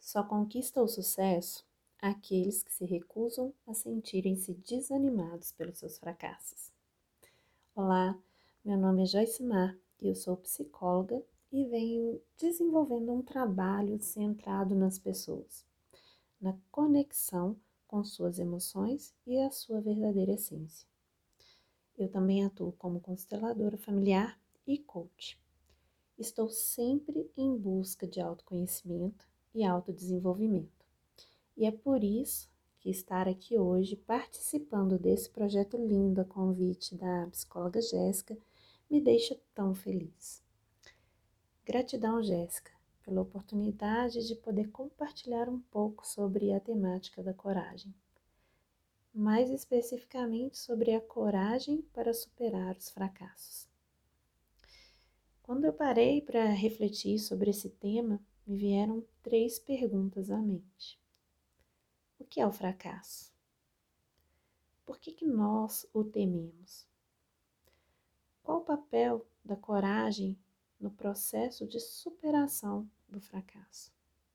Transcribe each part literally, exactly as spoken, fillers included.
Só conquista o sucesso aqueles que se recusam a sentirem-se desanimados pelos seus fracassos. Olá, meu nome é Joyce Mar e eu sou psicóloga e venho desenvolvendo um trabalho centrado nas pessoas, na conexão com suas emoções e a sua verdadeira essência. Eu também atuo como consteladora familiar e coach. Estou sempre em busca de autoconhecimento e autodesenvolvimento. E é por isso que estar aqui hoje participando desse projeto lindo a convite da psicóloga Jéssica me deixa tão feliz. Gratidão, Jéssica, pela oportunidade de poder compartilhar um pouco sobre a temática da coragem. Mais especificamente sobre a coragem para superar os fracassos. Quando eu parei para refletir sobre esse tema, me vieram três perguntas à mente. O que é o fracasso? Por que que nós o tememos? Qual o papel da coragem no processo de superação do fracasso?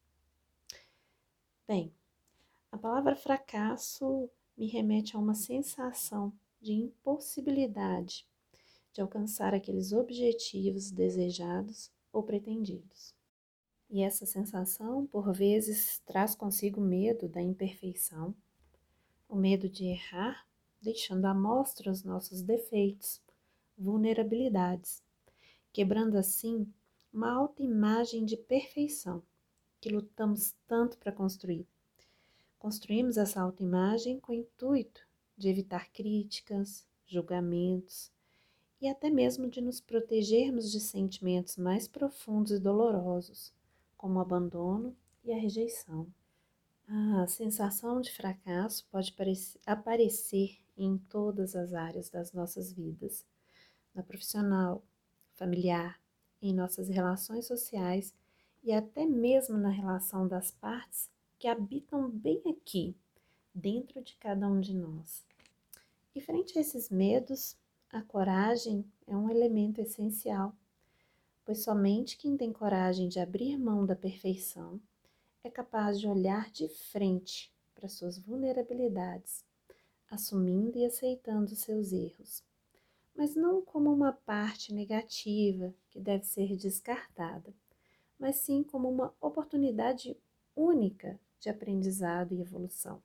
Bem, a palavra fracasso me remete a uma sensação de impossibilidade de alcançar aqueles objetivos desejados ou pretendidos. E essa sensação, por vezes, traz consigo o medo da imperfeição, o medo de errar, deixando à mostra os nossos defeitos, vulnerabilidades, quebrando assim uma autoimagem de perfeição que lutamos tanto para construir. Construímos essa autoimagem com o intuito de evitar críticas, julgamentos e até mesmo de nos protegermos de sentimentos mais profundos e dolorosos, como o abandono e a rejeição. A sensação de fracasso pode aparecer em todas as áreas das nossas vidas, na profissional, familiar, em nossas relações sociais e até mesmo na relação das partes que habitam bem aqui, dentro de cada um de nós. E frente a esses medos, a coragem é um elemento essencial, pois somente quem tem coragem de abrir mão da perfeição é capaz de olhar de frente para suas vulnerabilidades, assumindo e aceitando seus erros, mas não como uma parte negativa que deve ser descartada, mas sim como uma oportunidade única de aprendizado e evolução.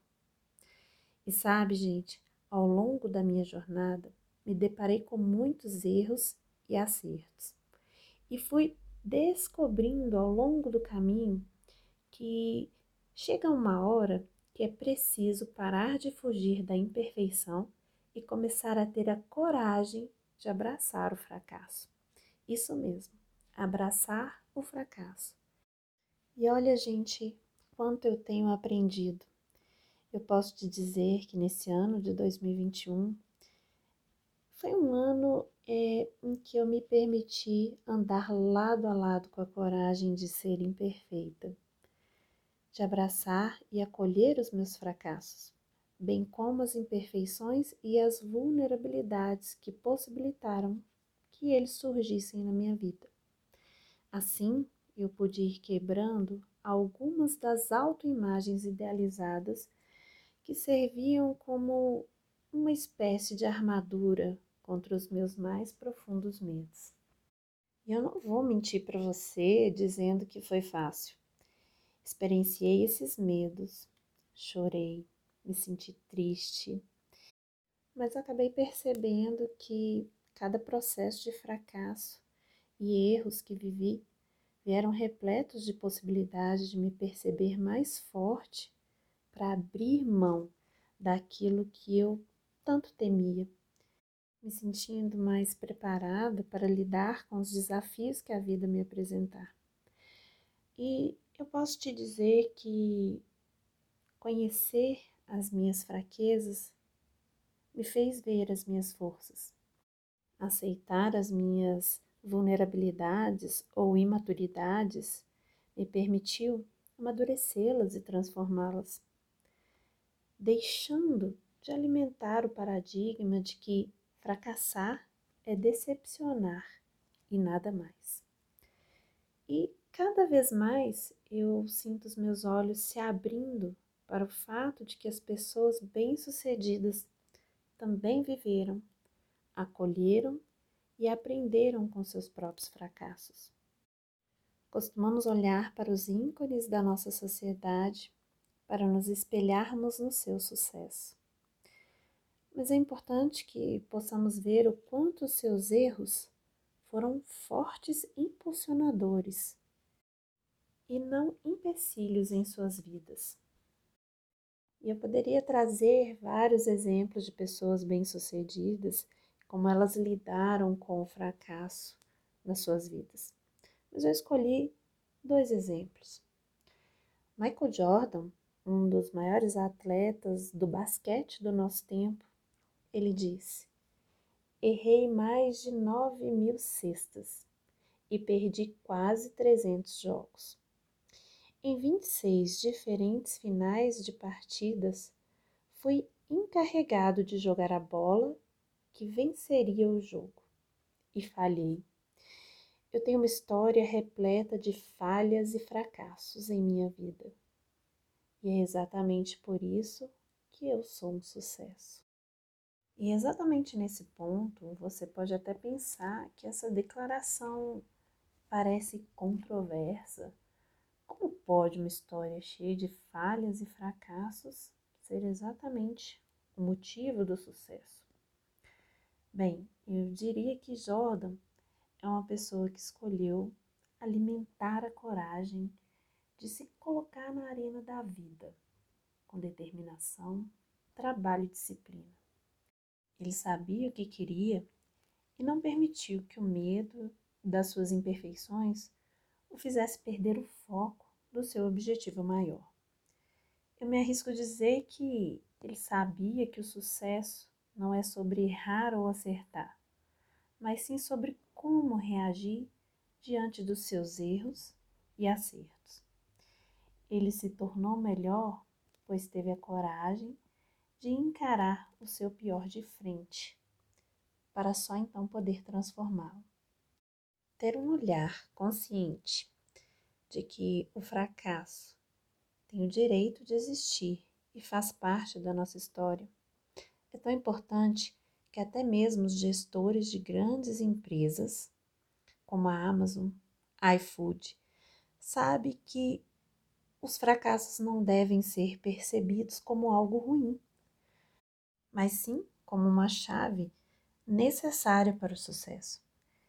E sabe, gente, ao longo da minha jornada, me deparei com muitos erros e acertos. E fui descobrindo ao longo do caminho que chega uma hora que é preciso parar de fugir da imperfeição e começar a ter a coragem de abraçar o fracasso. Isso mesmo, abraçar o fracasso. E olha, gente, quanto eu tenho aprendido. Eu posso te dizer que nesse ano de dois mil e vinte e um foi um ano é, em que eu me permiti andar lado a lado com a coragem de ser imperfeita, de abraçar e acolher os meus fracassos, bem como as imperfeições e as vulnerabilidades que possibilitaram que eles surgissem na minha vida. Assim, eu pude ir quebrando algumas das autoimagens idealizadas que serviam como uma espécie de armadura contra os meus mais profundos medos. E eu não vou mentir para você dizendo que foi fácil. Experienciei esses medos, chorei, me senti triste, mas acabei percebendo que cada processo de fracasso e erros que vivi vieram repletos de possibilidades de me perceber mais forte para abrir mão daquilo que eu tanto temia, me sentindo mais preparada para lidar com os desafios que a vida me apresentar. E eu posso te dizer que conhecer as minhas fraquezas me fez ver as minhas forças. Aceitar as minhas vulnerabilidades ou imaturidades me permitiu amadurecê-las e transformá-las, deixando de alimentar o paradigma de que fracassar é decepcionar e nada mais. E cada vez mais eu sinto os meus olhos se abrindo para o fato de que as pessoas bem-sucedidas também viveram, acolheram e aprenderam com seus próprios fracassos. Costumamos olhar para os ícones da nossa sociedade para nos espelharmos no seu sucesso. Mas é importante que possamos ver o quanto os seus erros foram fortes impulsionadores e não empecilhos em suas vidas. E eu poderia trazer vários exemplos de pessoas bem-sucedidas, como elas lidaram com o fracasso nas suas vidas. Mas eu escolhi dois exemplos. Michael Jordan, um dos maiores atletas do basquete do nosso tempo, ele disse: errei mais de nove mil cestas e perdi quase trezentos jogos. Em vinte e seis diferentes finais de partidas, fui encarregado de jogar a bola que venceria o jogo e falhei. Eu tenho uma história repleta de falhas e fracassos em minha vida. E é exatamente por isso que eu sou um sucesso. E exatamente nesse ponto, você pode até pensar que essa declaração parece controversa. Como pode uma história cheia de falhas e fracassos ser exatamente o motivo do sucesso? Bem, eu diria que Jordan é uma pessoa que escolheu alimentar a coragem de se colocar na arena da vida, com determinação, trabalho e disciplina. Ele sabia o que queria e não permitiu que o medo das suas imperfeições o fizesse perder o foco do seu objetivo maior. Eu me arrisco a dizer que ele sabia que o sucesso não é sobre errar ou acertar, mas sim sobre como reagir diante dos seus erros e acertos. Ele se tornou melhor, pois teve a coragem de encarar o seu pior de frente, para só então poder transformá-lo. Ter um olhar consciente de que o fracasso tem o direito de existir e faz parte da nossa história é tão importante que até mesmo os gestores de grandes empresas, como a Amazon, iFood, sabem que os fracassos não devem ser percebidos como algo ruim, mas sim como uma chave necessária para o sucesso.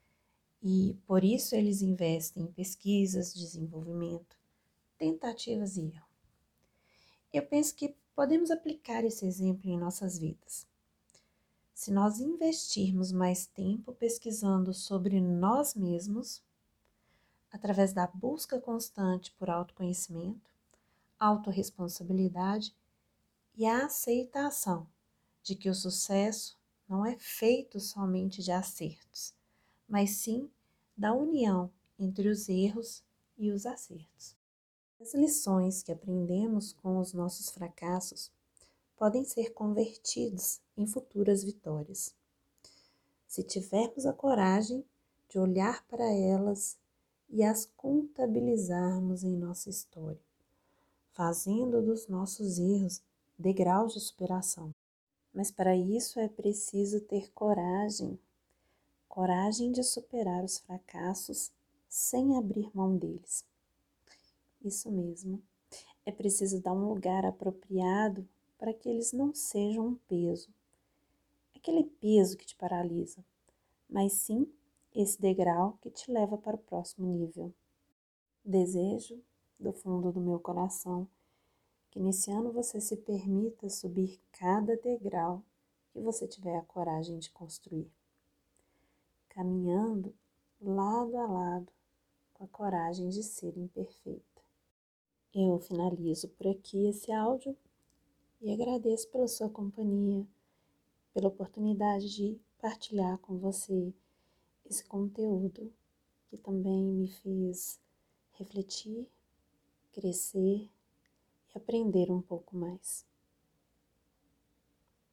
E por isso eles investem em pesquisas, desenvolvimento, tentativas e erro. Eu penso que podemos aplicar esse exemplo em nossas vidas. Se nós investirmos mais tempo pesquisando sobre nós mesmos, através da busca constante por autoconhecimento, autorresponsabilidade e a aceitação de que o sucesso não é feito somente de acertos, mas sim da união entre os erros e os acertos. As lições que aprendemos com os nossos fracassos podem ser convertidas em futuras vitórias. Se tivermos a coragem de olhar para elas e as contabilizarmos em nossa história, fazendo dos nossos erros degraus de superação. Mas para isso é preciso ter coragem, coragem de superar os fracassos sem abrir mão deles. Isso mesmo, é preciso dar um lugar apropriado para que eles não sejam um peso, aquele peso que te paralisa, mas sim esse degrau que te leva para o próximo nível. Desejo, do fundo do meu coração, que nesse ano você se permita subir cada degrau que você tiver a coragem de construir, caminhando lado a lado com a coragem de ser imperfeita. Eu finalizo por aqui esse áudio e agradeço pela sua companhia, pela oportunidade de partilhar com você esse conteúdo que também me fez refletir, crescer e aprender um pouco mais.